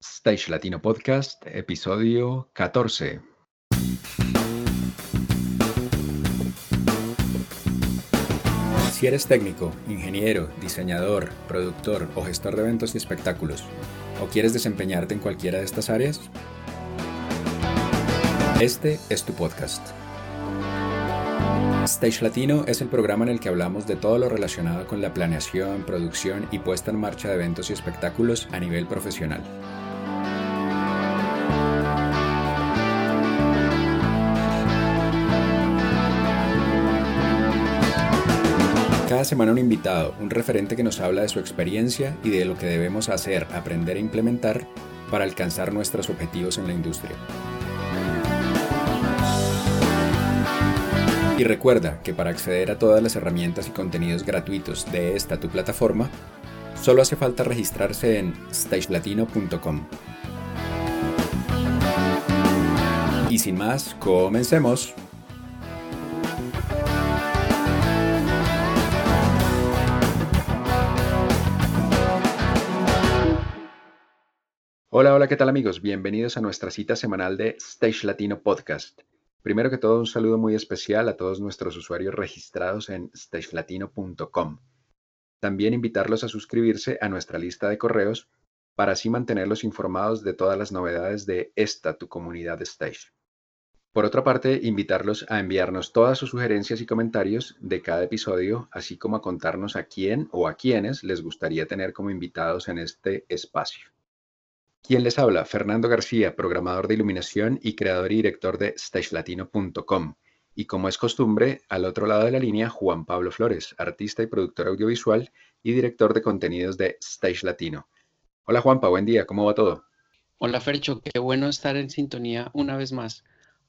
Stage Latino Podcast, episodio 14. Si eres técnico, ingeniero, diseñador, productor o gestor de eventos y espectáculos, o quieres desempeñarte en cualquiera de estas áreas, este es tu podcast. Stage Latino es el programa en el que hablamos de todo lo relacionado con la planeación, producción y puesta en marcha de eventos y espectáculos a nivel profesional. Cada semana un invitado, un referente que nos habla de su experiencia y de lo que debemos hacer, aprender e implementar para alcanzar nuestros objetivos en la industria. Y recuerda que para acceder a todas las herramientas y contenidos gratuitos de esta tu plataforma, solo hace falta registrarse en stagelatino.com. Y sin más, comencemos. Hola, ¿qué tal amigos? Bienvenidos a nuestra cita semanal de Stage Latino Podcast. Primero que todo, un saludo muy especial a todos nuestros usuarios registrados en stagelatino.com. También invitarlos a suscribirse a nuestra lista de correos para así mantenerlos informados de todas las novedades de esta tu comunidad Stage. Por otra parte, invitarlos a enviarnos todas sus sugerencias y comentarios de cada episodio, así como a contarnos a quién o a quiénes les gustaría tener como invitados en este espacio. ¿Quién les habla? Fernando García, programador de iluminación y creador y director de stagelatino.com. Y como es costumbre, al otro lado de la línea, Juan Pablo Flores, artista y productor audiovisual y director de contenidos de Stage Latino. Hola Juanpa, buen día, ¿cómo va todo? Hola Fercho, qué bueno estar en sintonía una vez más.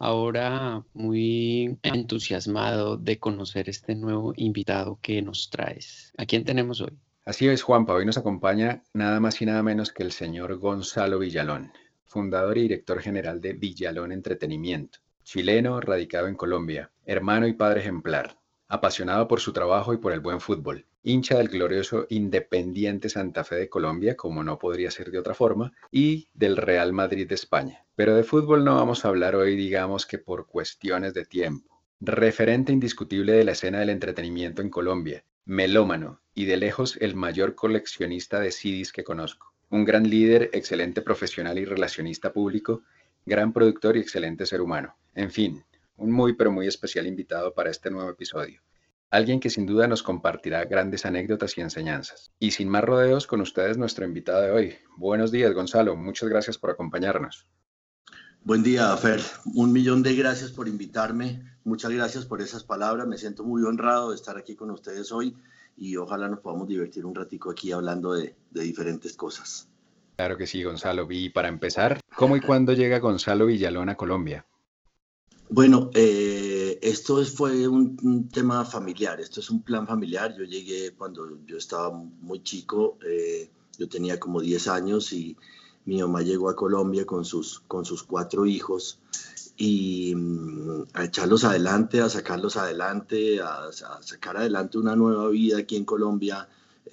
Ahora muy entusiasmado de conocer este nuevo invitado que nos traes. ¿A quién tenemos hoy? Así es, Juanpa, hoy nos acompaña nada más y nada menos que el señor Gonzalo Villalón, fundador y director general de Villalón Entretenimiento, chileno radicado en Colombia, hermano y padre ejemplar, apasionado por su trabajo y por el buen fútbol, hincha del glorioso Independiente Santa Fe de Colombia, como no podría ser de otra forma, y del Real Madrid de España. Pero de fútbol no vamos a hablar hoy, digamos que por cuestiones de tiempo. Referente indiscutible de la escena del entretenimiento en Colombia, melómano y de lejos el mayor coleccionista de CDs que conozco. Un gran líder, excelente profesional y relacionista público, gran productor y excelente ser humano. En fin, un muy pero muy especial invitado para este nuevo episodio. Alguien que sin duda nos compartirá grandes anécdotas y enseñanzas. Y sin más rodeos, con ustedes nuestro invitado de hoy. Buenos días, Gonzalo. Muchas gracias por acompañarnos. Buen día, Fer. 1.000.000 de gracias por invitarme. Muchas gracias por esas palabras. Me siento muy honrado de estar aquí con ustedes hoy y ojalá nos podamos divertir un ratico aquí hablando de diferentes cosas. Claro que sí, Gonzalo. Y para empezar, ¿cómo y cuándo llega Gonzalo Villalón a Colombia? Bueno, esto fue un tema familiar, esto es un plan familiar. Yo llegué cuando yo estaba muy chico, yo tenía como 10 años y mi mamá llegó a Colombia con sus 4 hijos y a echarlos adelante, a sacarlos adelante, a sacar adelante una nueva vida aquí en Colombia.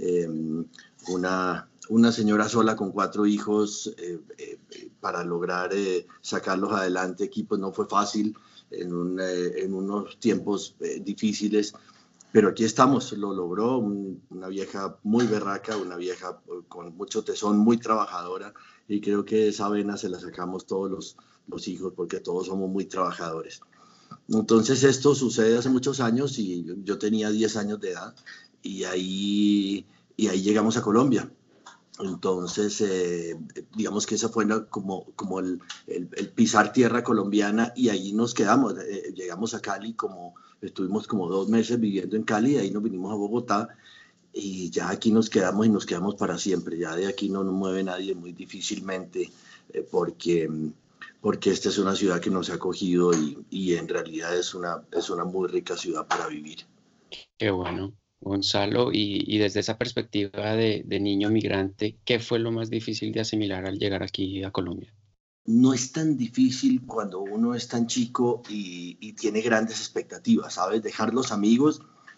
Una señora sola con 4 hijos para lograr sacarlos adelante aquí pues no fue fácil en unos tiempos difíciles, pero aquí estamos, lo logró una vieja muy berraca, una vieja con mucho tesón, muy trabajadora, y creo que esa vena se la sacamos todos los hijos porque todos somos muy trabajadores. Entonces esto sucede hace muchos años y yo tenía 10 años de edad y ahí llegamos a Colombia. Entonces, digamos que esa fue como el pisar tierra colombiana y ahí nos quedamos. Llegamos a Cali, estuvimos como 2 meses viviendo en Cali, ahí nos vinimos a Bogotá y ya aquí nos quedamos y nos quedamos para siempre. Ya de aquí no nos mueve nadie muy difícilmente porque esta es una ciudad que nos ha acogido y en realidad es una muy rica ciudad para vivir. Qué bueno, Gonzalo. Y desde esa perspectiva de niño migrante, ¿qué fue lo más difícil de asimilar al llegar aquí a Colombia? No es tan difícil cuando uno es tan chico y tiene grandes expectativas, ¿sabes? Dejar los amigos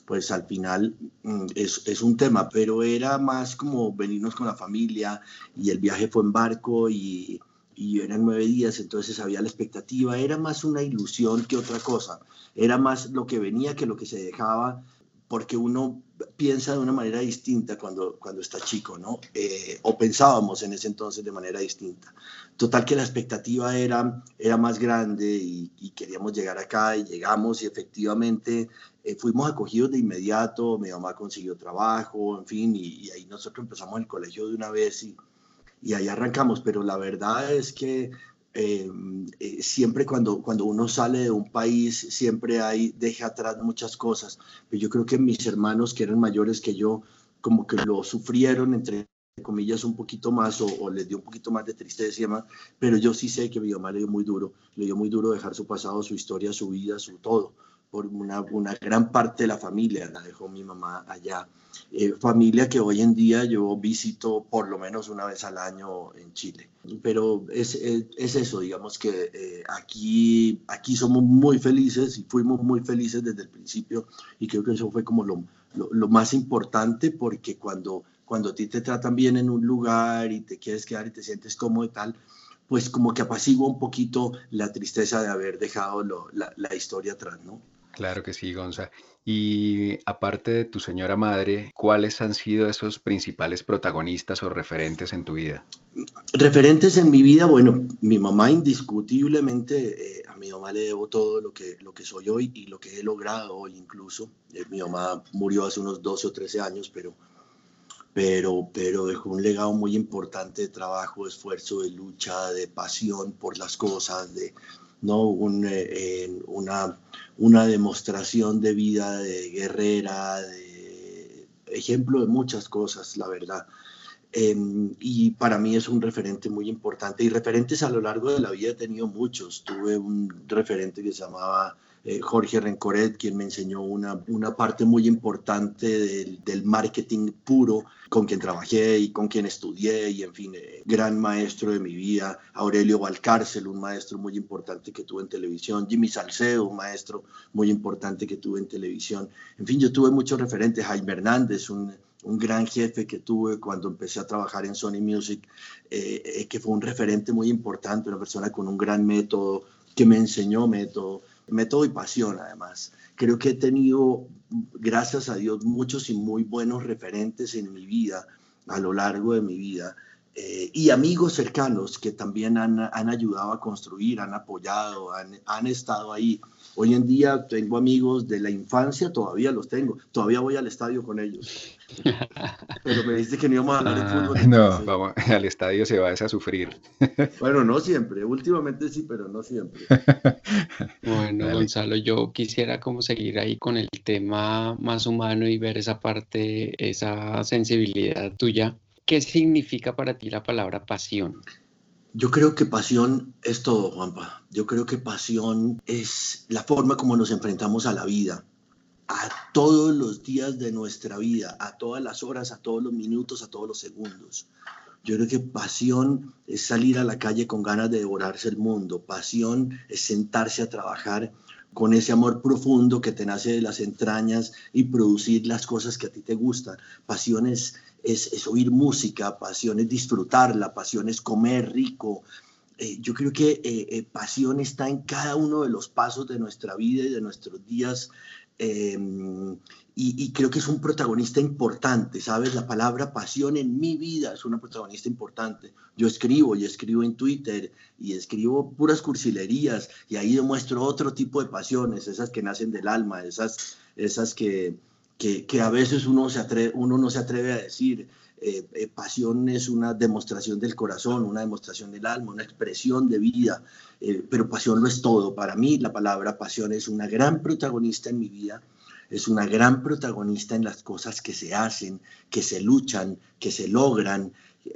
pues al final es un tema, pero era más como venirnos con la familia y el viaje fue en barco y eran 9 días, entonces había la expectativa, era más una ilusión que otra cosa, era más lo que venía que lo que se dejaba, porque uno piensa de una manera distinta cuando está chico, ¿no? O pensábamos en ese entonces de manera distinta. Total que la expectativa era más grande y queríamos llegar acá y llegamos y efectivamente fuimos acogidos de inmediato, mi mamá consiguió trabajo, en fin, y ahí nosotros empezamos el colegio de una vez y ahí arrancamos, pero la verdad es que siempre cuando uno sale de un país, siempre deja atrás muchas cosas. Pero yo creo que mis hermanos que eran mayores que yo, como que lo sufrieron, entre comillas, un poquito más o les dio un poquito más de tristeza y demás, pero yo sí sé que mi mamá le dio muy duro dejar su pasado, su historia, su vida, su todo. Por una gran parte de la familia la dejó mi mamá allá. Familia que hoy en día yo visito por lo menos una vez al año en Chile. Pero es eso, digamos que aquí somos muy felices y fuimos muy felices desde el principio y creo que eso fue como lo más importante porque cuando a ti te tratan bien en un lugar y te quieres quedar y te sientes cómodo y tal, pues como que apacigua un poquito la tristeza de haber dejado la historia atrás, ¿no? Claro que sí, Gonza. Y aparte de tu señora madre, ¿cuáles han sido esos principales protagonistas o referentes en tu vida? Referentes en mi vida, bueno, mi mamá indiscutiblemente, a mi mamá le debo todo lo que soy hoy y lo que he logrado hoy incluso. Mi mamá murió hace unos 12 o 13 años, pero dejó un legado muy importante de trabajo, de esfuerzo, de lucha, de pasión por las cosas, ¿no? Una demostración de vida de guerrera, de ejemplo de muchas cosas, la verdad. Y para mí es un referente muy importante. Y referentes a lo largo de la vida he tenido muchos. Tuve un referente que se llamaba Jorge Rencoret, quien me enseñó una parte muy importante del marketing puro, con quien trabajé y con quien estudié, y en fin, gran maestro de mi vida. Aurelio Valcárcel, un maestro muy importante que tuve en televisión. Jimmy Salcedo, un maestro muy importante que tuve en televisión. En fin, yo tuve muchos referentes. Jaime Hernández, un gran jefe que tuve cuando empecé a trabajar en Sony Music, que fue un referente muy importante, una persona con un gran método, que me enseñó método y pasión además. Creo que he tenido, gracias a Dios, muchos y muy buenos referentes en mi vida, a lo largo de mi vida, y amigos cercanos que también han ayudado a construir, han apoyado, han estado ahí. Hoy en día tengo amigos de la infancia, todavía los tengo, todavía voy al estadio con ellos. Pero me dice que no íbamos a hablar de fútbol. No, vamos, al estadio se va a sufrir. Bueno, no siempre, últimamente sí, pero no siempre. Bueno, Dale. Gonzalo, yo quisiera como seguir ahí con el tema más humano y ver esa parte, esa sensibilidad tuya. ¿Qué significa para ti la palabra pasión? Yo creo que pasión es todo, Juanpa. Yo creo que pasión es la forma como nos enfrentamos a la vida, a todos los días de nuestra vida, a todas las horas, a todos los minutos, a todos los segundos. Yo creo que pasión es salir a la calle con ganas de devorarse el mundo. Pasión es sentarse a trabajar con ese amor profundo que te nace de las entrañas y producir las cosas que a ti te gustan. Pasión es oír música, pasión es disfrutarla, pasión es comer rico. Yo creo que pasión está en cada uno de los pasos de nuestra vida y de nuestros días. Eh, y creo que es un protagonista importante, ¿sabes? La palabra pasión en mi vida es una protagonista importante. Yo escribo y escribo en Twitter y escribo puras cursilerías y ahí demuestro otro tipo de pasiones, esas que nacen del alma, esas que a veces uno no se atreve a decir. Pasión es una demostración del corazón, una demostración del alma, una expresión de vida, pero pasión lo es todo. Para mí la palabra pasión es una gran protagonista en mi vida, es una gran protagonista en las cosas que se hacen, que se luchan, que se logran.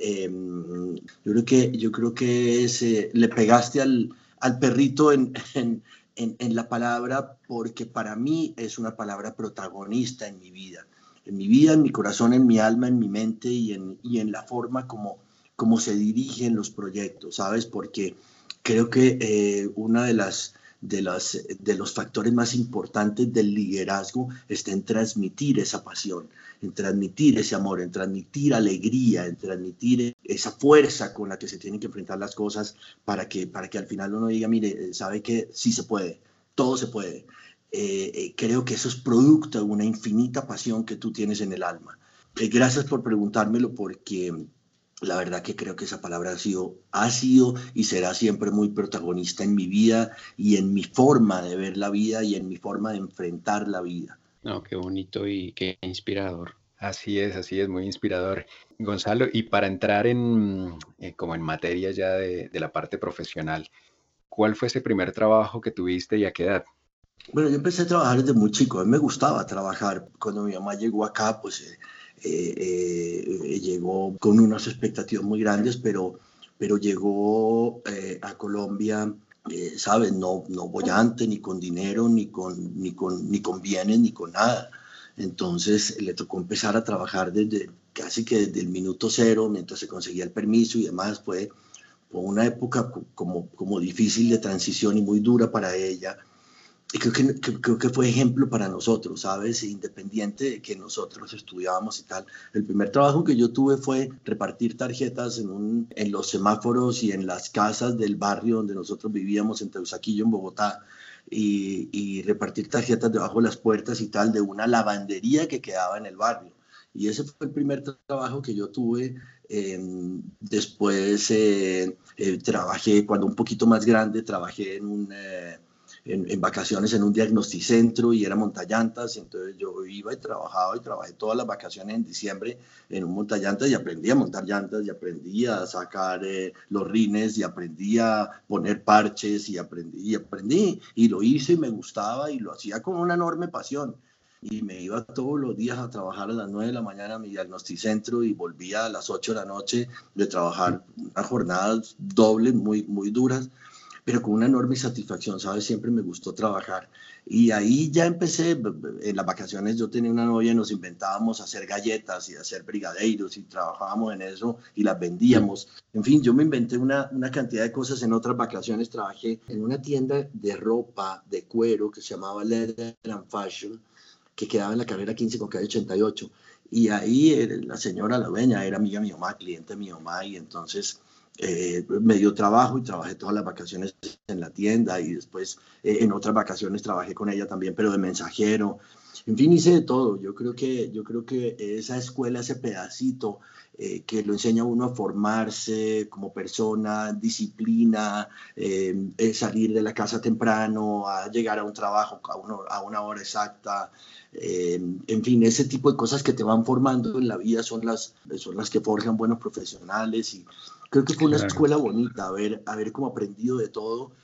Yo creo que le pegaste al perrito en la palabra, porque para mí es una palabra protagonista en mi vida, en mi corazón, en mi alma, en mi mente y en la forma como se dirigen los proyectos, ¿sabes? Porque creo que una de de los factores más importantes del liderazgo está en transmitir esa pasión, en transmitir ese amor, en transmitir alegría, en transmitir esa fuerza con la que se tienen que enfrentar las cosas para que al final uno diga, mire, sabe que sí se puede, todo se puede. Creo que eso es producto de una infinita pasión que tú tienes en el alma. Gracias por preguntármelo, porque la verdad que creo que esa palabra ha sido y será siempre muy protagonista en mi vida y en mi forma de ver la vida y en mi forma de enfrentar la vida. No, qué bonito y qué inspirador. Así es, muy inspirador. Gonzalo, y para entrar como en materia ya de la parte profesional, ¿cuál fue ese primer trabajo que tuviste y a qué edad? Bueno, yo empecé a trabajar desde muy chico. A mí me gustaba trabajar. Cuando mi mamá llegó acá, pues llegó con unas expectativas muy grandes, pero llegó a Colombia, ¿sabes? No boyante, ni con dinero, ni con bienes, ni con nada. Entonces le tocó empezar a trabajar casi que desde el minuto cero, mientras se conseguía el permiso y demás. Fue una época como difícil de transición y muy dura para ella. Y creo que fue ejemplo para nosotros, ¿sabes? Independiente de que nosotros estudiábamos y tal. El primer trabajo que yo tuve fue repartir tarjetas en los semáforos y en las casas del barrio donde nosotros vivíamos, en Teusaquillo, en Bogotá, y repartir tarjetas debajo de las puertas y tal de una lavandería que quedaba en el barrio. Y ese fue el primer trabajo que yo tuve. Después trabajé, cuando un poquito más grande, trabajé en vacaciones en un diagnosticentro y era montallantas. Entonces yo iba y trabajé todas las vacaciones en diciembre en un montallantas y aprendí a montar llantas y aprendí a sacar los rines y aprendí a poner parches y aprendí y lo hice y me gustaba y lo hacía con una enorme pasión. Y me iba todos los días a trabajar a las 9 de la mañana a mi diagnosticentro y volvía a las 8 de la noche de trabajar unas jornadas dobles muy, muy duras, pero con una enorme satisfacción, ¿sabes? Siempre me gustó trabajar. Y ahí ya empecé, en las vacaciones yo tenía una novia y nos inventábamos hacer galletas y hacer brigadeiros y trabajábamos en eso y las vendíamos. En fin, yo me inventé una cantidad de cosas. En otras vacaciones trabajé en una tienda de ropa de cuero que se llamaba Leather and Fashion, que quedaba en la carrera 15 con calle 88. Y ahí la señora, la dueña, era amiga de mi mamá, cliente de mi mamá, y entonces me dio trabajo y trabajé todas las vacaciones en la tienda y después en otras vacaciones trabajé con ella también, pero de mensajero. En fin, hice de todo. Yo creo que esa escuela, ese pedacito que lo enseña a uno a formarse como persona, disciplina, salir de la casa temprano, a llegar a un trabajo a una hora exacta. En fin, ese tipo de cosas que te van formando en la vida son las que forjan buenos profesionales, y creo que fue una escuela bonita, haber como aprendido de todo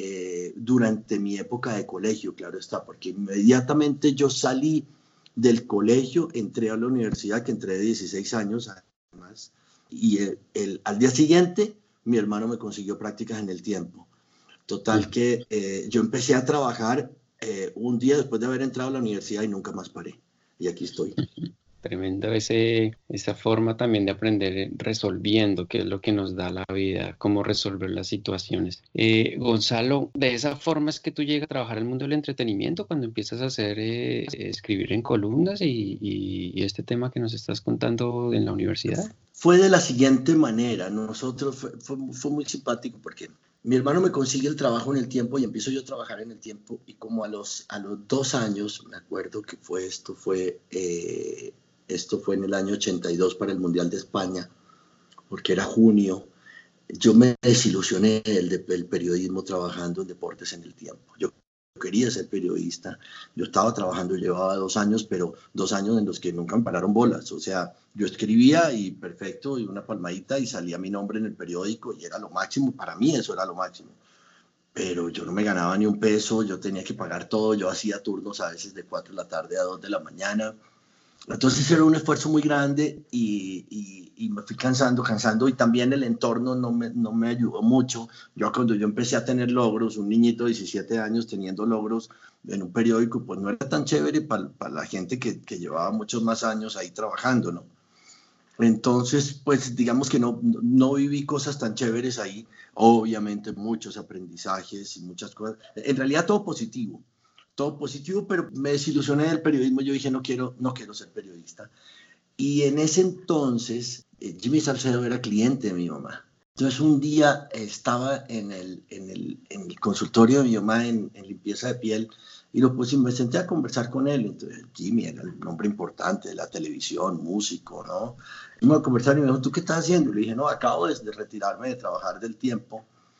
durante mi época de colegio, claro está, porque inmediatamente yo salí del colegio, entré a la universidad, que entré de 16 años además, y al día siguiente mi hermano me consiguió prácticas en El Tiempo. Total que yo empecé a trabajar un día después de haber entrado a la universidad y nunca más paré. Y aquí estoy. Tremendo esa forma también de aprender resolviendo, que es lo que nos da la vida, cómo resolver las situaciones. Gonzalo, de esa forma es que tú llegas a trabajar en el mundo del entretenimiento cuando empiezas a escribir en columnas y este tema que nos estás contando en la universidad. Fue de la siguiente manera. Nosotros fue muy simpático porque mi hermano me consigue el trabajo en El Tiempo y empiezo yo a trabajar en El Tiempo, y como a los 2 años, me acuerdo que esto fue en el año 82 para el Mundial de España, porque era junio. Yo me desilusioné del periodismo trabajando en deportes en El Tiempo. Yo quería ser periodista. Yo estaba trabajando, llevaba 2 años, pero 2 años en los que nunca me pararon bolas. O sea, yo escribía y perfecto, y una palmadita y salía mi nombre en el periódico y era lo máximo. Para mí eso era lo máximo. Pero yo no me ganaba ni un peso, yo tenía que pagar todo. Yo hacía turnos a veces de 4 de la tarde a 2 de la mañana. Entonces era un esfuerzo muy grande y me fui cansando, y también el entorno no me ayudó mucho. Cuando yo empecé a tener logros, un niñito de 17 años teniendo logros en un periódico, pues no era tan chévere para la gente que llevaba muchos más años ahí trabajando, ¿no? Entonces, pues digamos que no viví cosas tan chéveres ahí. Obviamente muchos aprendizajes y muchas cosas. En realidad todo positivo, pero me desilusioné del periodismo. Yo dije, no quiero ser periodista. Y en ese entonces, Jimmy Salcedo era cliente de mi mamá. Entonces un día estaba en el consultorio de mi mamá en limpieza de piel y me senté a conversar con él. Entonces Jimmy era un hombre importante de la televisión, músico, ¿no? Y me a conversar y me dijo, ¿tú qué estás haciendo? Y le dije, no, acabo de retirarme de trabajar del tiempo.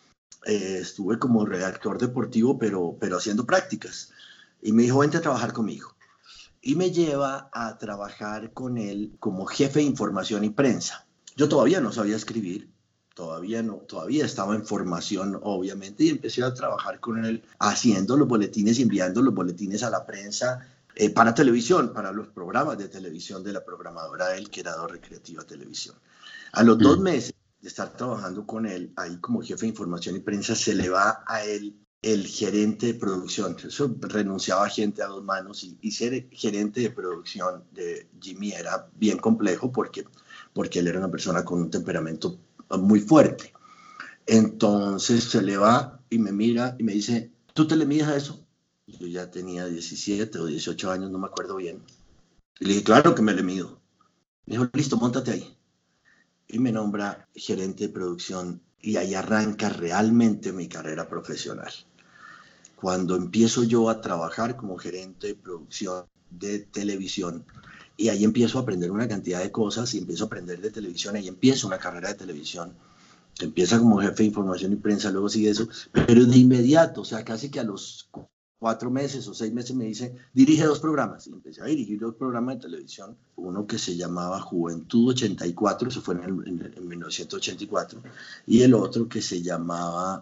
Estuve como redactor deportivo, pero haciendo prácticas. Y me dijo, vente a trabajar conmigo. Y me lleva a trabajar con él como jefe de información y prensa. Yo todavía no sabía escribir, todavía estaba en formación, obviamente, y empecé a trabajar con él haciendo los boletines y enviando los boletines a la prensa para televisión, para los programas de televisión de la programadora de él, que era Recreativa Televisión. A los 2 meses de estar trabajando con él, ahí como jefe de información y prensa, se le va a él el gerente de producción. Eso renunciaba gente a 2 manos y ser gerente de producción de Jimmy era bien complejo porque él era una persona con un temperamento muy fuerte. Entonces se le va y me mira y me dice, ¿tú te le mides a eso? Yo ya tenía 17 o 18 años, no me acuerdo bien. Y le dije, claro que me le mido. Me dijo, listo, móntate ahí. Y me nombra gerente de producción y ahí arranca realmente mi carrera profesional. Cuando empiezo yo a trabajar como gerente de producción de televisión, y ahí empiezo a aprender una cantidad de cosas y empiezo a aprender de televisión, ahí empiezo una carrera de televisión. Empieza como jefe de información y prensa, luego sigue eso, pero de inmediato, o sea, casi que a los 4 meses o 6 meses me dice, dirige 2 programas. Y empecé a dirigir 2 programas de televisión, uno que se llamaba Juventud 84, eso fue en 1984, y el otro que se llamaba,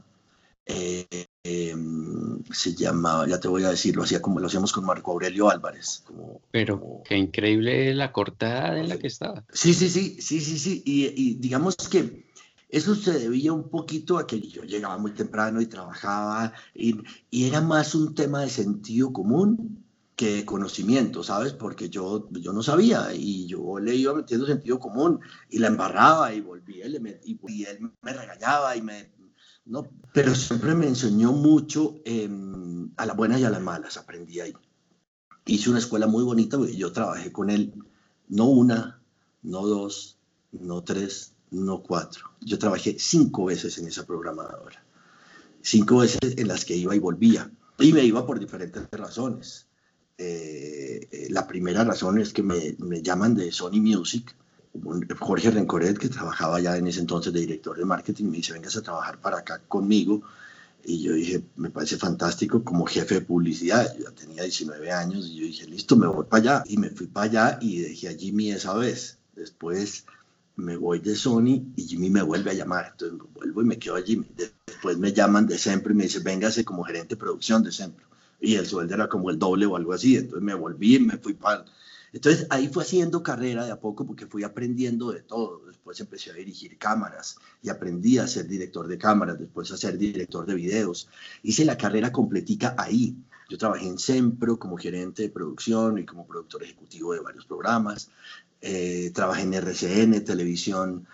ya te voy a decir, lo hacíamos con Marco Aurelio Álvarez. Pero qué increíble la corta edad en la que estaba. Sí. Y digamos que eso se debía un poquito a que yo llegaba muy temprano y trabajaba, y era más un tema de sentido común que de conocimiento, ¿sabes? Porque yo no sabía y yo le iba metiendo sentido común y la embarraba y volvía y él me regañaba no, pero siempre me enseñó mucho a las buenas y a las malas, aprendí ahí. Hice una escuela muy bonita porque yo trabajé con él, no 1, no 2, no 3, no 4. Yo trabajé 5 veces en esa programadora. 5 veces en las que iba y volvía. Y me iba por diferentes razones. La primera razón es que me llaman de Sony Music. Jorge Rencoret, que trabajaba ya en ese entonces de director de marketing, me dice, vengas a trabajar para acá conmigo. Y yo dije, me parece fantástico como jefe de publicidad. Yo ya tenía 19 años y yo dije, listo, me voy para allá. Y me fui para allá y dejé a Jimmy esa vez. Después me voy de Sony y Jimmy me vuelve a llamar. Entonces vuelvo y me quedo a Jimmy. Después me llaman de Sempro y me dicen, véngase como gerente de producción de Sempro. Y el sueldo era como el doble o algo así. Entonces me volví y me fui para... Entonces ahí fue haciendo carrera de a poco porque fui aprendiendo de todo. Después empecé a dirigir cámaras y aprendí a ser director de cámaras, después a ser director de videos. Hice la carrera completica ahí. Yo trabajé en Sempro como gerente de producción y como productor ejecutivo de varios programas. Trabajé en RCN, televisión,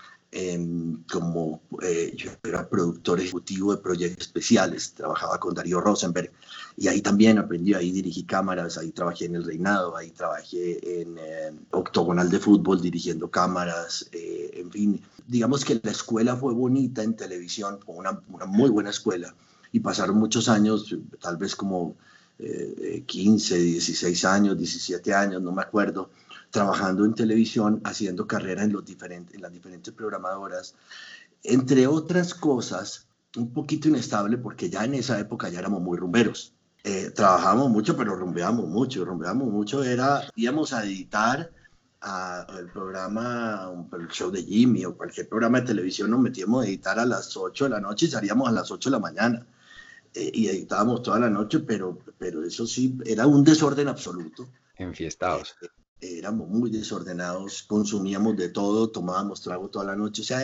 yo era productor ejecutivo de proyectos especiales, trabajaba con Darío Rosenberg y ahí también aprendí, ahí dirigí cámaras, ahí trabajé en El Reinado, ahí trabajé en Octogonal de Fútbol dirigiendo cámaras, en fin, digamos que la escuela fue bonita en televisión, fue una muy buena escuela y pasaron muchos años, tal vez como 15, 16 años, 17 años, no me acuerdo, trabajando en televisión, haciendo carrera en las diferentes programadoras, entre otras cosas, un poquito inestable porque ya en esa época ya éramos muy rumberos. Trabajábamos mucho, pero rumbeábamos mucho, íbamos a editar el programa, el show de Jimmy o cualquier programa de televisión, nos metíamos a editar a las 8 de la noche y salíamos a las 8 de la mañana. Y editábamos toda la noche, pero eso sí, era un desorden absoluto. Enfiestados. Éramos muy desordenados, consumíamos de todo, tomábamos trago toda la noche, o sea,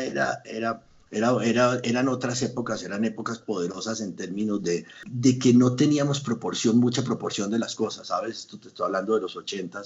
eran otras épocas, eran épocas poderosas en términos de que no teníamos mucha proporción de las cosas, ¿sabes? Esto te estoy hablando de los 80s,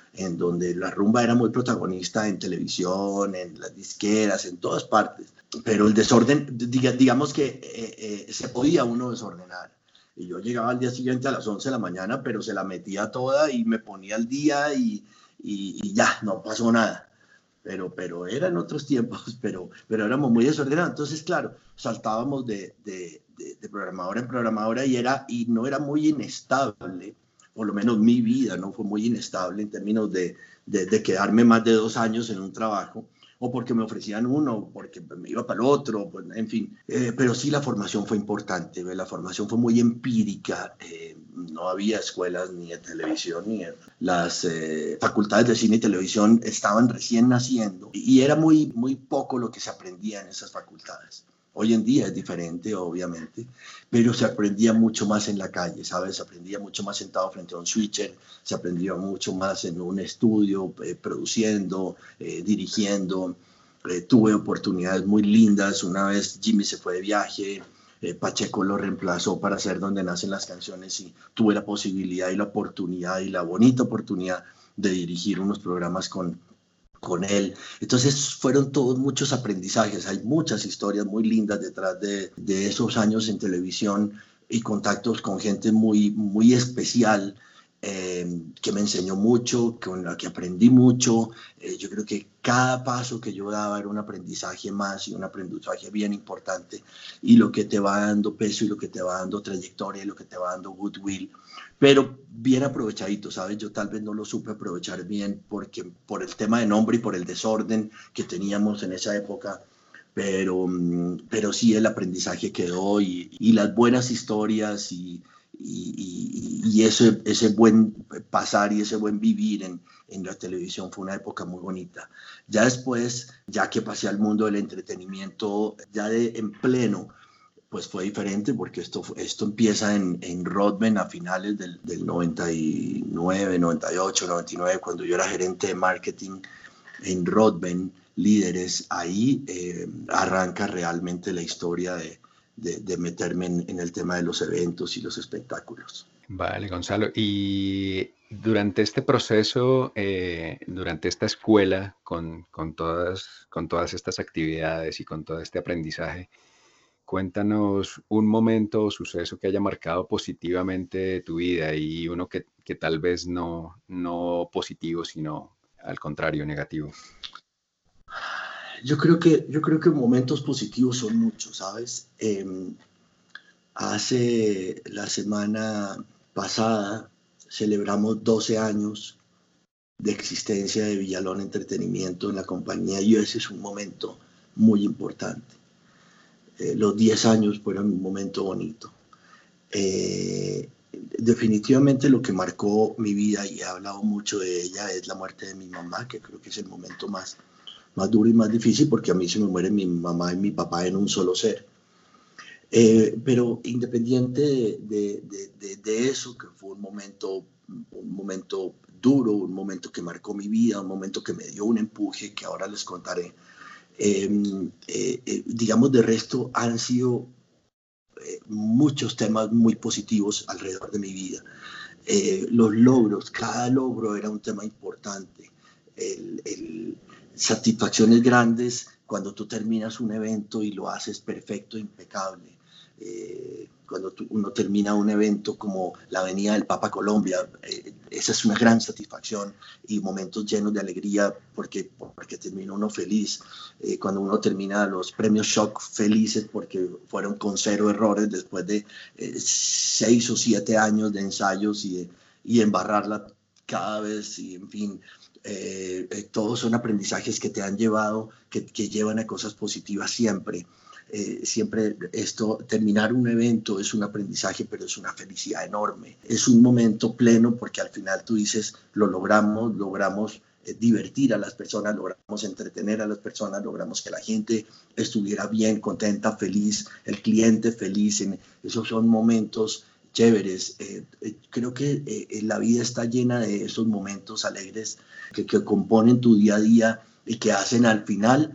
en donde la rumba era muy protagonista en televisión, en las disqueras, en todas partes. Pero el desorden, digamos que se podía uno desordenar. Y yo llegaba al día siguiente a las 11 de la mañana, pero se la metía toda y me ponía al día y ya, no pasó nada. Pero eran otros tiempos, pero éramos muy desordenados. Entonces, claro, saltábamos de programadora en programadora y no era muy inestable. Por lo menos mi vida no fue muy inestable en términos de quedarme más de 2 años en un trabajo, o porque me ofrecían uno, o porque me iba para el otro, pues, en fin. Pero sí la formación fue importante, la formación fue muy empírica. No había escuelas ni de televisión, ni las facultades de cine y televisión estaban recién naciendo, y era muy, muy poco lo que se aprendía en esas facultades. Hoy en día es diferente, obviamente, pero se aprendía mucho más en la calle, ¿sabes? Se aprendía mucho más sentado frente a un switcher, se aprendía mucho más en un estudio, produciendo, dirigiendo. Tuve oportunidades muy lindas. Una vez Jimmy se fue de viaje, Pacheco lo reemplazó para hacer Donde Nacen las Canciones, y tuve la posibilidad y la oportunidad y la bonita oportunidad de dirigir unos programas con él. Entonces fueron todos muchos aprendizajes. Hay muchas historias muy lindas detrás de esos años en televisión, y contactos con gente muy, muy especial, que me enseñó mucho, con la que aprendí mucho. Yo creo que cada paso que yo daba era un aprendizaje más, y un aprendizaje bien importante, y lo que te va dando peso, y lo que te va dando trayectoria, y lo que te va dando goodwill, pero bien aprovechadito, ¿sabes? Yo tal vez no lo supe aprovechar bien por el tema de nombre y por el desorden que teníamos en esa época, pero sí el aprendizaje quedó, y las buenas historias, y ese buen pasar y ese buen vivir en la televisión fue una época muy bonita. Ya después, ya que pasé al mundo del entretenimiento, ya en pleno, pues fue diferente, porque esto empieza en Rodman a finales del 99, 98, 99, cuando yo era gerente de marketing en Rodman Líderes. Ahí arranca realmente la historia de meterme en el tema de los eventos y los espectáculos. Vale, Gonzalo. Y durante este proceso, durante esta escuela, con todas estas actividades y con todo este aprendizaje, cuéntanos un momento o suceso que haya marcado positivamente tu vida, y uno que tal vez no positivo, sino al contrario, negativo. Yo creo que momentos positivos son muchos, ¿sabes? Hace la semana pasada celebramos 12 años de existencia de Villalón Entretenimiento en la compañía, y ese es un momento muy importante. Los 10 años fueron un momento bonito. Definitivamente lo que marcó mi vida, y he hablado mucho de ella, es la muerte de mi mamá, que creo que es el momento más duro y más difícil, porque a mí se me mueren mi mamá y mi papá en un solo ser. Pero independiente de eso, que fue un momento duro, un momento que marcó mi vida, un momento que me dio un empuje que ahora les contaré, digamos, de resto han sido muchos temas muy positivos alrededor de mi vida. Los logros, cada logro era un tema importante. Satisfacciones grandes cuando tú terminas un evento y lo haces perfecto, impecable. Cuando uno termina un evento como la Avenida del Papa Colombia, esa es una gran satisfacción, y momentos llenos de alegría porque termina uno feliz. Cuando uno termina los premios Shock felices porque fueron con 0 errores después de 6 o 7 años de ensayos y embarrarla cada vez, y en fin. Todos son aprendizajes que te han llevado, que llevan a cosas positivas siempre. Siempre terminar un evento es un aprendizaje, pero es una felicidad enorme. Es un momento pleno, porque al final tú dices, lo logramos divertir a las personas, logramos entretener a las personas, logramos que la gente estuviera bien, contenta, feliz, el cliente feliz. Esos son momentos chéveres. Creo que la vida está llena de esos momentos alegres que componen tu día a día, y que hacen al final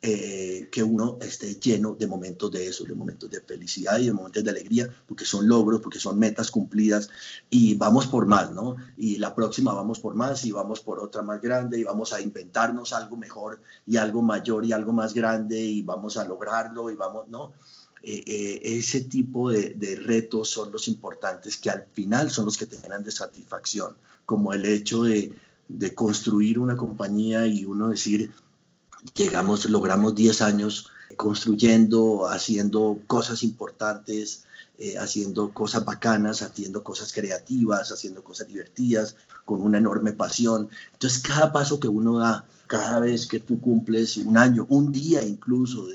que uno esté lleno de momentos de eso, de momentos de felicidad y de momentos de alegría, porque son logros, porque son metas cumplidas y vamos por más, ¿no? Y la próxima vamos por más y vamos por otra más grande y vamos a inventarnos algo mejor y algo mayor y algo más grande y vamos a lograrlo y vamos, ¿no? Ese tipo de retos son los importantes que al final son los que te llenan de satisfacción, como el hecho de construir una compañía y uno decir, logramos 10 años construyendo, haciendo cosas importantes, haciendo cosas bacanas, haciendo cosas creativas, haciendo cosas divertidas, con una enorme pasión. Entonces, cada paso que uno da, cada vez que tú cumples un año, un día incluso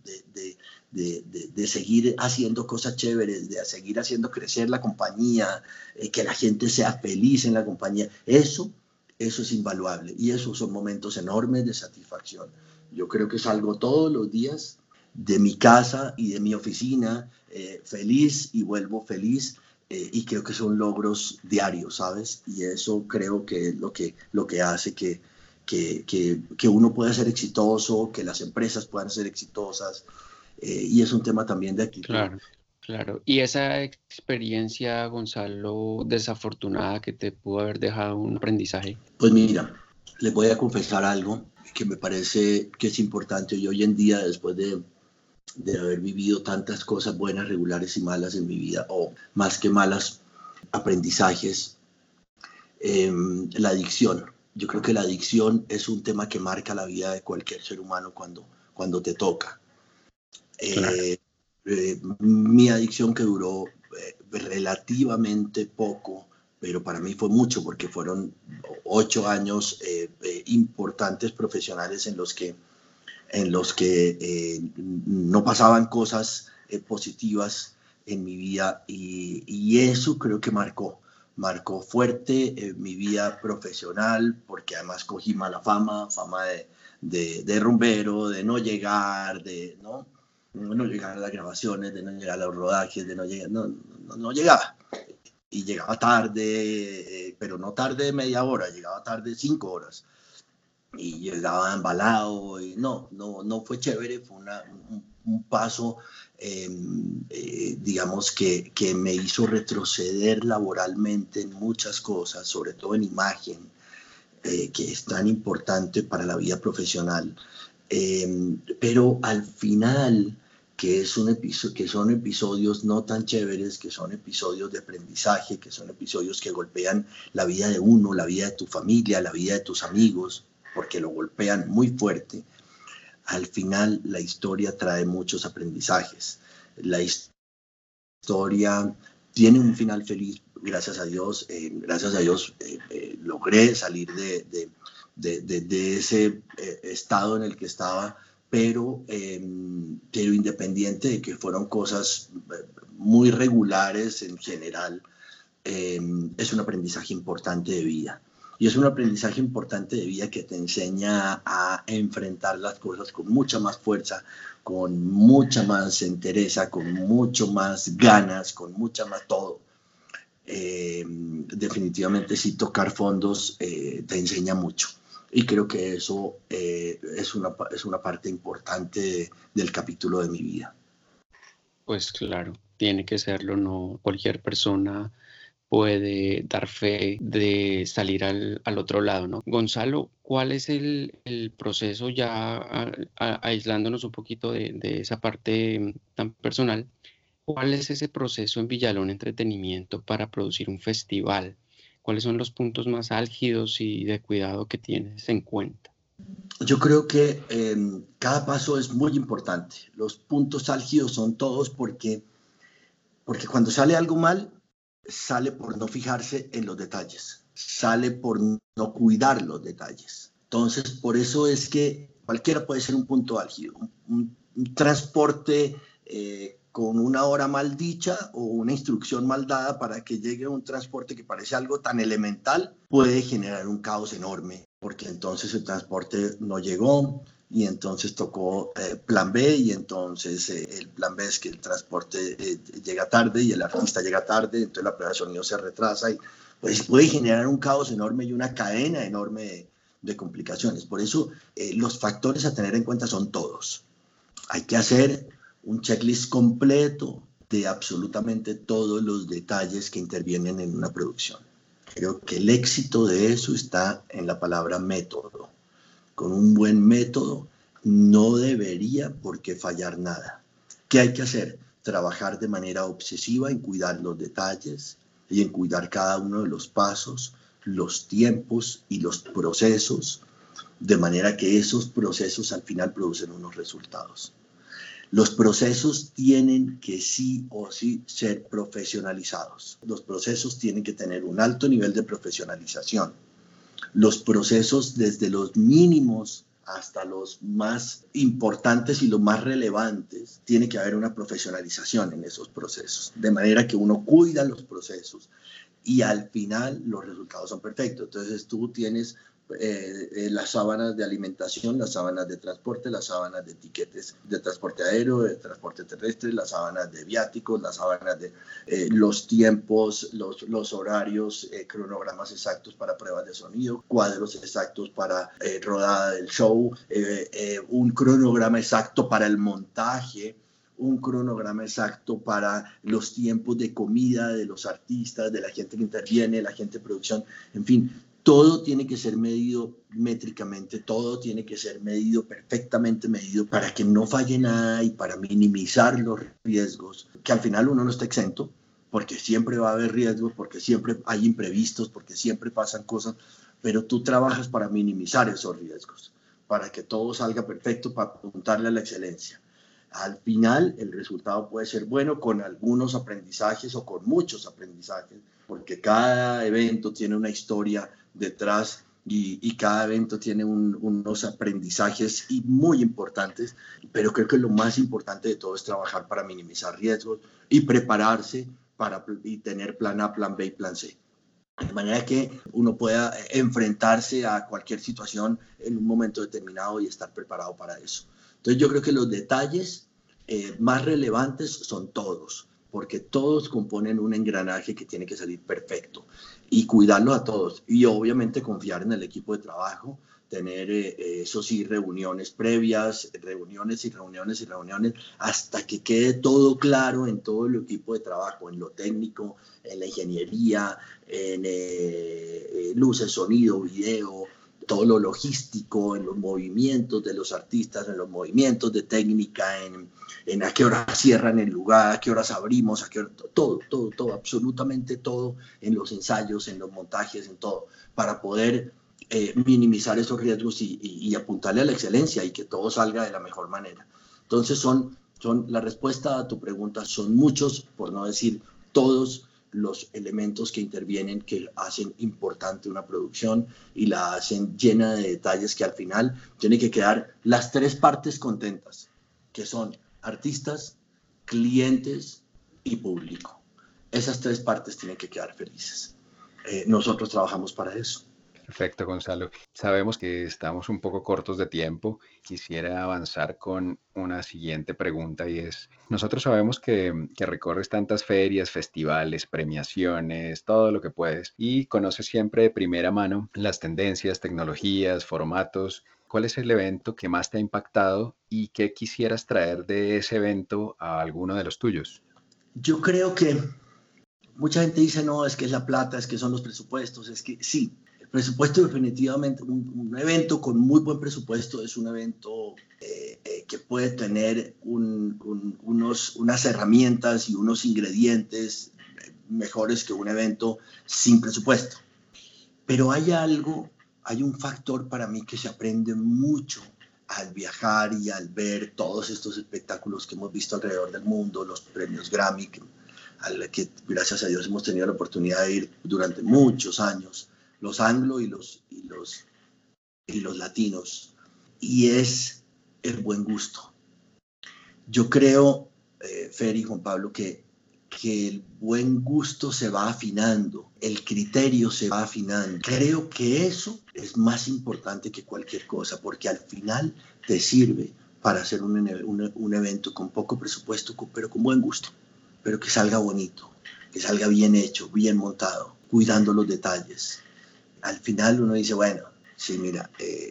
de seguir haciendo cosas chéveres, de seguir haciendo crecer la compañía, que la gente sea feliz en la compañía, eso es invaluable y esos son momentos enormes de satisfacción. Yo creo que salgo todos los días de mi casa y de mi oficina feliz y vuelvo feliz y creo que son logros diarios, ¿sabes? Y eso creo que es lo que hace que uno pueda ser exitoso, que las empresas puedan ser exitosas y es un tema también de actitud. Claro. Claro, y esa experiencia, Gonzalo, desafortunada que te pudo haber dejado un aprendizaje. Pues mira, les voy a confesar algo que me parece que es importante y hoy en día, después de haber vivido tantas cosas buenas, regulares y malas en mi vida, o más que malas, aprendizajes, la adicción. Yo creo que la adicción es un tema que marca la vida de cualquier ser humano cuando te toca. Claro. Mi adicción que duró relativamente poco, pero para mí fue mucho porque fueron 8 años importantes profesionales en los que no pasaban cosas positivas en mi vida y eso creo que marcó fuerte mi vida profesional porque además cogí mala fama de rumbero, de no llegar, de no llegar a las grabaciones, de no llegar a los rodajes, de no llegaba. Y llegaba tarde, pero no tarde media hora, llegaba tarde 5 horas. Y llegaba embalado, y no fue chévere, fue un paso, digamos, que me hizo retroceder laboralmente en muchas cosas, sobre todo en imagen, que es tan importante para la vida profesional. Pero al final, que son episodios no tan chéveres, que son episodios de aprendizaje, que son episodios que golpean la vida de uno, la vida de tu familia, la vida de tus amigos, porque lo golpean muy fuerte. Al final, la historia trae muchos aprendizajes. La historia tiene un final feliz, gracias a Dios. Logré salir de ese estado en el que estaba, pero independiente de que fueron cosas muy regulares en general, es un aprendizaje importante de vida. Y es un aprendizaje importante de vida que te enseña a enfrentar las cosas con mucha más fuerza, con mucha más entereza, con mucho más ganas, con mucha más todo. Definitivamente sí, tocar fondos te enseña mucho. Y creo que eso es una parte importante del capítulo de mi vida. Pues claro, tiene que serlo, no cualquier persona puede dar fe de salir al otro lado, ¿no? Gonzalo, ¿cuál es el proceso ya aislándonos un poquito de esa parte tan personal? ¿Cuál es ese proceso en Villalón Entretenimiento para producir un festival? ¿Cuáles son los puntos más álgidos y de cuidado que tienes en cuenta? Yo creo que cada paso es muy importante. Los puntos álgidos son todos porque cuando sale algo mal, sale por no fijarse en los detalles, sale por no cuidar los detalles. Entonces, por eso es que cualquiera puede ser un punto álgido. Un transporte con una hora mal dicha o una instrucción mal dada para que llegue un transporte que parece algo tan elemental puede generar un caos enorme, porque entonces el transporte no llegó y entonces tocó plan B y entonces el plan B es que el transporte llega tarde y el artista llega tarde, entonces la prueba de sonido se retrasa y pues puede generar un caos enorme y una cadena enorme de complicaciones. Por eso los factores a tener en cuenta son todos. Hay que hacer un checklist completo de absolutamente todos los detalles que intervienen en una producción. Creo que el éxito de eso está en la palabra método. Con un buen método no debería por qué fallar nada. ¿Qué hay que hacer? Trabajar de manera obsesiva en cuidar los detalles y en cuidar cada uno de los pasos, los tiempos y los procesos, de manera que esos procesos al final producen unos resultados. Los procesos tienen que sí o sí ser profesionalizados. Los procesos tienen que tener un alto nivel de profesionalización. Los procesos, desde los mínimos hasta los más importantes y los más relevantes, tiene que haber una profesionalización en esos procesos, de manera que uno cuida los procesos y al final los resultados son perfectos. Entonces tú tienes las sábanas de alimentación, las sábanas de transporte, las sábanas de tiquetes de transporte aéreo, de transporte terrestre, las sábanas de viáticos, las sábanas de los tiempos, los horarios, cronogramas exactos para pruebas de sonido, cuadros exactos para rodada del show, un cronograma exacto para el montaje, un cronograma exacto para los tiempos de comida de los artistas, de la gente que interviene, la gente de producción, en fin. Todo tiene que ser medido métricamente, todo tiene que ser medido, perfectamente medido, para que no falle nada y para minimizar los riesgos, que al final uno no está exento, porque siempre va a haber riesgos, porque siempre hay imprevistos, porque siempre pasan cosas, pero tú trabajas para minimizar esos riesgos, para que todo salga perfecto, para apuntarle a la excelencia. Al final, el resultado puede ser bueno con algunos aprendizajes o con muchos aprendizajes, porque cada evento tiene una historia detrás y cada evento tiene unos aprendizajes muy importantes, pero creo que lo más importante de todo es trabajar para minimizar riesgos y prepararse y tener plan A, plan B y plan C. De manera que uno pueda enfrentarse a cualquier situación en un momento determinado y estar preparado para eso. Entonces yo creo que los detalles más relevantes son todos, porque todos componen un engranaje que tiene que salir perfecto y cuidarlos a todos y obviamente confiar en el equipo de trabajo, tener eso sí reuniones previas, reuniones hasta que quede todo claro en todo el equipo de trabajo, en lo técnico, en la ingeniería, en luces, sonido, video, todo lo logístico, en los movimientos de los artistas, en los movimientos de técnica, en a qué hora cierran el lugar, a qué horas abrimos, a qué hora, todo, absolutamente todo, en los ensayos, en los montajes, en todo, para poder minimizar esos riesgos y apuntarle a la excelencia y que todo salga de la mejor manera. Entonces la respuesta a tu pregunta son muchos, por no decir todos, los elementos que intervienen, que hacen importante una producción y la hacen llena de detalles que al final tiene que quedar las tres partes contentas, que son artistas, clientes y público. Esas tres partes tienen que quedar felices. Nosotros trabajamos para eso. Perfecto, Gonzalo. Sabemos que estamos un poco cortos de tiempo. Quisiera avanzar con una siguiente pregunta y es, nosotros sabemos que recorres tantas ferias, festivales, premiaciones, todo lo que puedes y conoces siempre de primera mano las tendencias, tecnologías, formatos. ¿Cuál es el evento que más te ha impactado y qué quisieras traer de ese evento a alguno de los tuyos? Yo creo que mucha gente dice, no, es que es la plata, es que son los presupuestos, es que sí. Presupuesto definitivamente, un evento con muy buen presupuesto es un evento que puede tener unas herramientas y unos ingredientes mejores que un evento sin presupuesto. Pero hay un factor para mí que se aprende mucho al viajar y al ver todos estos espectáculos que hemos visto alrededor del mundo, los premios Grammy, al que gracias a Dios hemos tenido la oportunidad de ir durante muchos años, los anglo y los latinos, y es el buen gusto. Yo creo, Fer y Juan Pablo, que el buen gusto se va afinando, el criterio se va afinando. Creo que eso es más importante que cualquier cosa, porque al final te sirve para hacer un evento con poco presupuesto, pero con buen gusto, pero que salga bonito, que salga bien hecho, bien montado, cuidando los detalles. Al final uno dice, bueno, Sí, mira,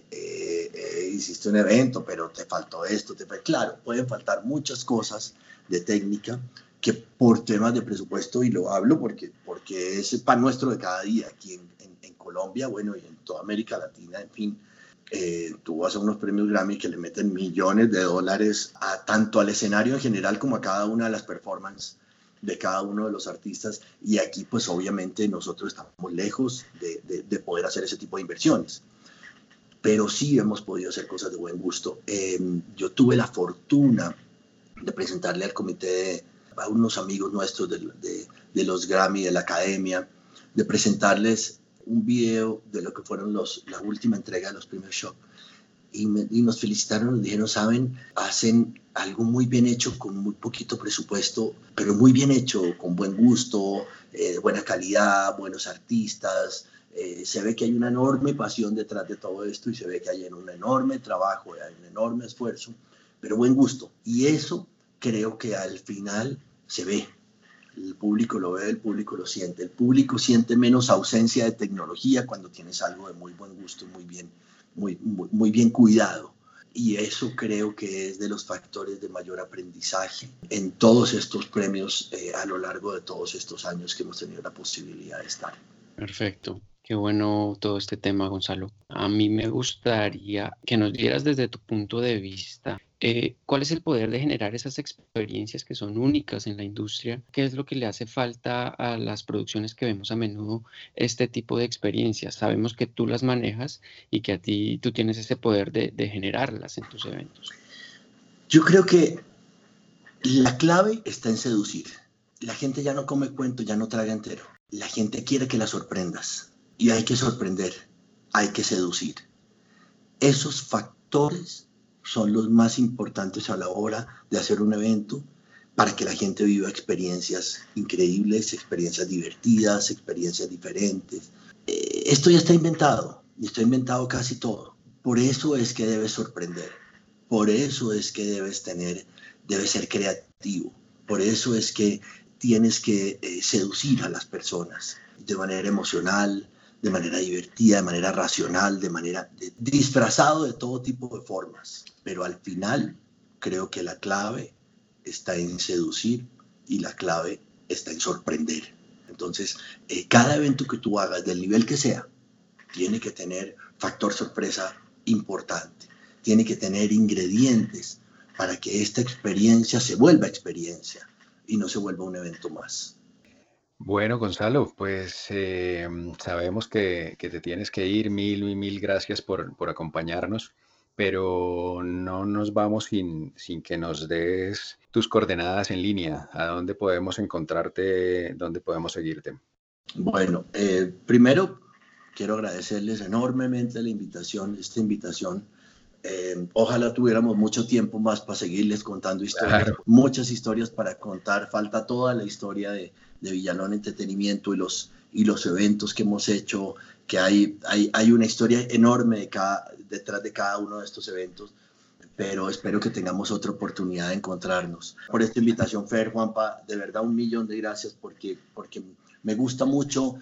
hiciste un evento, pero te faltó esto. Claro, pueden faltar muchas cosas de técnica que por temas de presupuesto, y lo hablo porque es el pan nuestro de cada día aquí en Colombia, bueno, y en toda América Latina, en fin. Tú vas a unos premios Grammy que le meten millones de dólares tanto al escenario en general como a cada una de las performances de cada uno de los artistas, y aquí pues obviamente nosotros estamos lejos de poder hacer ese tipo de inversiones, pero sí hemos podido hacer cosas de buen gusto. Yo tuve la fortuna de presentarle al comité, a unos amigos nuestros de los Grammy, de la Academia, de presentarles un video de lo que fueron la última entrega de los premios Shock. Y nos felicitaron, nos dijeron, saben, hacen algo muy bien hecho con muy poquito presupuesto, pero muy bien hecho, con buen gusto, buena calidad, buenos artistas. Se ve que hay una enorme pasión detrás de todo esto y se ve que hay un enorme trabajo, hay un enorme esfuerzo, pero buen gusto. Y eso creo que al final se ve. El público lo ve, el público lo siente. El público siente menos ausencia de tecnología cuando tienes algo de muy buen gusto, muy bien cuidado. Y eso creo que es de los factores de mayor aprendizaje en todos estos premios a lo largo de todos estos años que hemos tenido la posibilidad de estar. Perfecto. Qué bueno todo este tema, Gonzalo. A mí me gustaría que nos dieras desde tu punto de vista, ¿cuál es el poder de generar esas experiencias que son únicas en la industria? ¿Qué es lo que le hace falta a las producciones que vemos a menudo este tipo de experiencias? Sabemos que tú las manejas y que tú tienes ese poder de generarlas en tus eventos. Yo creo que la clave está en seducir. La gente ya no come cuento, ya no traga entero. La gente quiere que la sorprendas. Y hay que sorprender, hay que seducir. Esos factores son los más importantes a la hora de hacer un evento para que la gente viva experiencias increíbles, experiencias divertidas, experiencias diferentes. Esto ya está inventado, y está inventado casi todo. Por eso es que debes sorprender, por eso es que debes ser creativo, por eso es que tienes que seducir a las personas de manera emocional, de manera divertida, de manera racional, disfrazado de todo tipo de formas. Pero al final creo que la clave está en seducir y la clave está en sorprender. Entonces, cada evento que tú hagas, del nivel que sea, tiene que tener factor sorpresa importante. Tiene que tener ingredientes para que esta experiencia se vuelva experiencia y no se vuelva un evento más. Bueno, Gonzalo, pues sabemos que te tienes que ir. Mil gracias por acompañarnos, pero no nos vamos sin que nos des tus coordenadas en línea. ¿A dónde podemos encontrarte? ¿Dónde podemos seguirte? Bueno, primero quiero agradecerles enormemente esta invitación. Ojalá tuviéramos mucho tiempo más para seguirles contando historias, Claro. Muchas historias para contar. Falta toda la historia de Villalón Entretenimiento y los eventos que hemos hecho, que hay una historia enorme detrás de cada uno de estos eventos, pero espero que tengamos otra oportunidad de encontrarnos. Por esta invitación, Fer, Juanpa, de verdad 1.000.000 de gracias porque me gusta mucho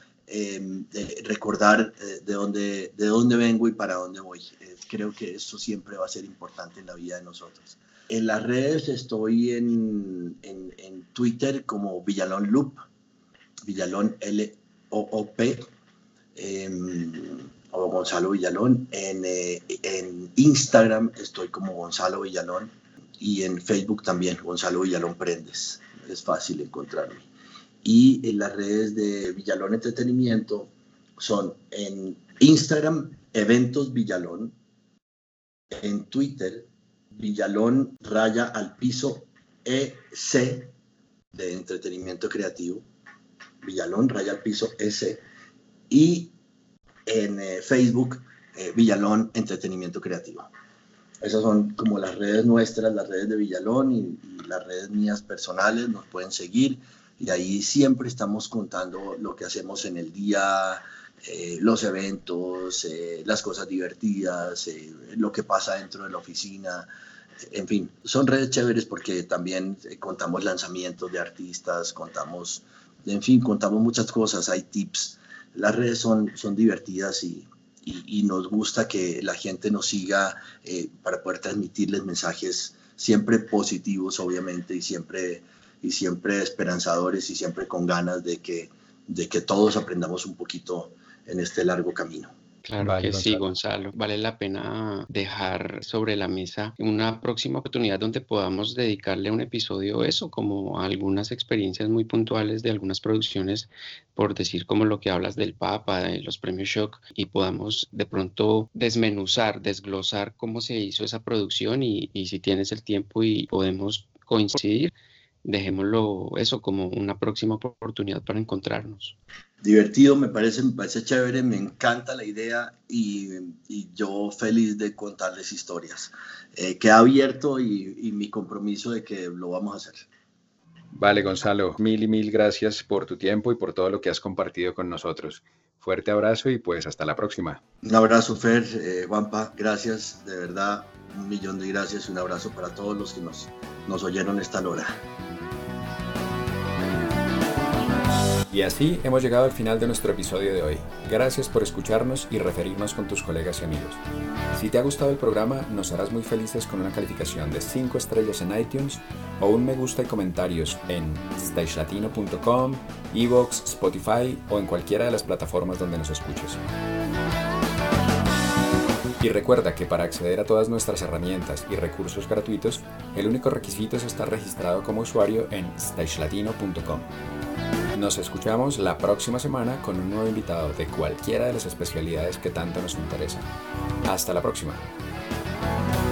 recordar de dónde vengo y para dónde voy. Creo que eso siempre va a ser importante en la vida de nosotros. En las redes estoy en Twitter como Villalón Loop, Villalón L-O-O-P, o Gonzalo Villalón. En Instagram estoy como Gonzalo Villalón y en Facebook también, Gonzalo Villalón Prendes. Es fácil encontrarme. Y en las redes de Villalón Entretenimiento son en Instagram, Eventos Villalón, en Twitter, Villalón _EC de Entretenimiento Creativo, Villalón _EC, y en Facebook, Villalón Entretenimiento Creativo. Esas son como las redes nuestras, las redes de Villalón y las redes mías personales. Nos pueden seguir y ahí siempre estamos contando lo que hacemos en el día, los eventos, las cosas divertidas, lo que pasa dentro de la oficina. En fin, son redes chéveres porque también contamos lanzamientos de artistas, contamos muchas cosas, hay tips. Las redes son divertidas y y nos gusta que la gente nos siga para poder transmitirles mensajes siempre positivos, obviamente, y siempre esperanzadores y siempre con ganas de que todos aprendamos un poquito en este largo camino. Claro Vale, que sí, Gonzalo. Gonzalo. Vale la pena dejar sobre la mesa una próxima oportunidad donde podamos dedicarle un episodio a eso, como a algunas experiencias muy puntuales de algunas producciones, por decir como lo que hablas del Papa, de los premios Shock, y podamos de pronto desmenuzar, desglosar cómo se hizo esa producción y si tienes el tiempo y podemos coincidir, dejémoslo eso como una próxima oportunidad para encontrarnos. Divertido, me parece chévere, me encanta la idea y yo feliz de contarles historias. Queda abierto y mi compromiso de que lo vamos a hacer. Vale, Gonzalo, mil gracias por tu tiempo y por todo lo que has compartido con nosotros. Fuerte abrazo y pues hasta la próxima. Un abrazo, Fer, Juanpa, gracias, de verdad, 1.000.000 de gracias y un abrazo para todos los que nos oyeron esta hora. Y así hemos llegado al final de nuestro episodio de hoy. Gracias por escucharnos y referirnos con tus colegas y amigos. Si te ha gustado el programa, nos harás muy felices con una calificación de 5 estrellas en iTunes o un me gusta y comentarios en stagelatino.com, iVoox, Spotify o en cualquiera de las plataformas donde nos escuches. Y recuerda que para acceder a todas nuestras herramientas y recursos gratuitos, el único requisito es estar registrado como usuario en stagelatino.com. Nos escuchamos la próxima semana con un nuevo invitado de cualquiera de las especialidades que tanto nos interesan. Hasta la próxima.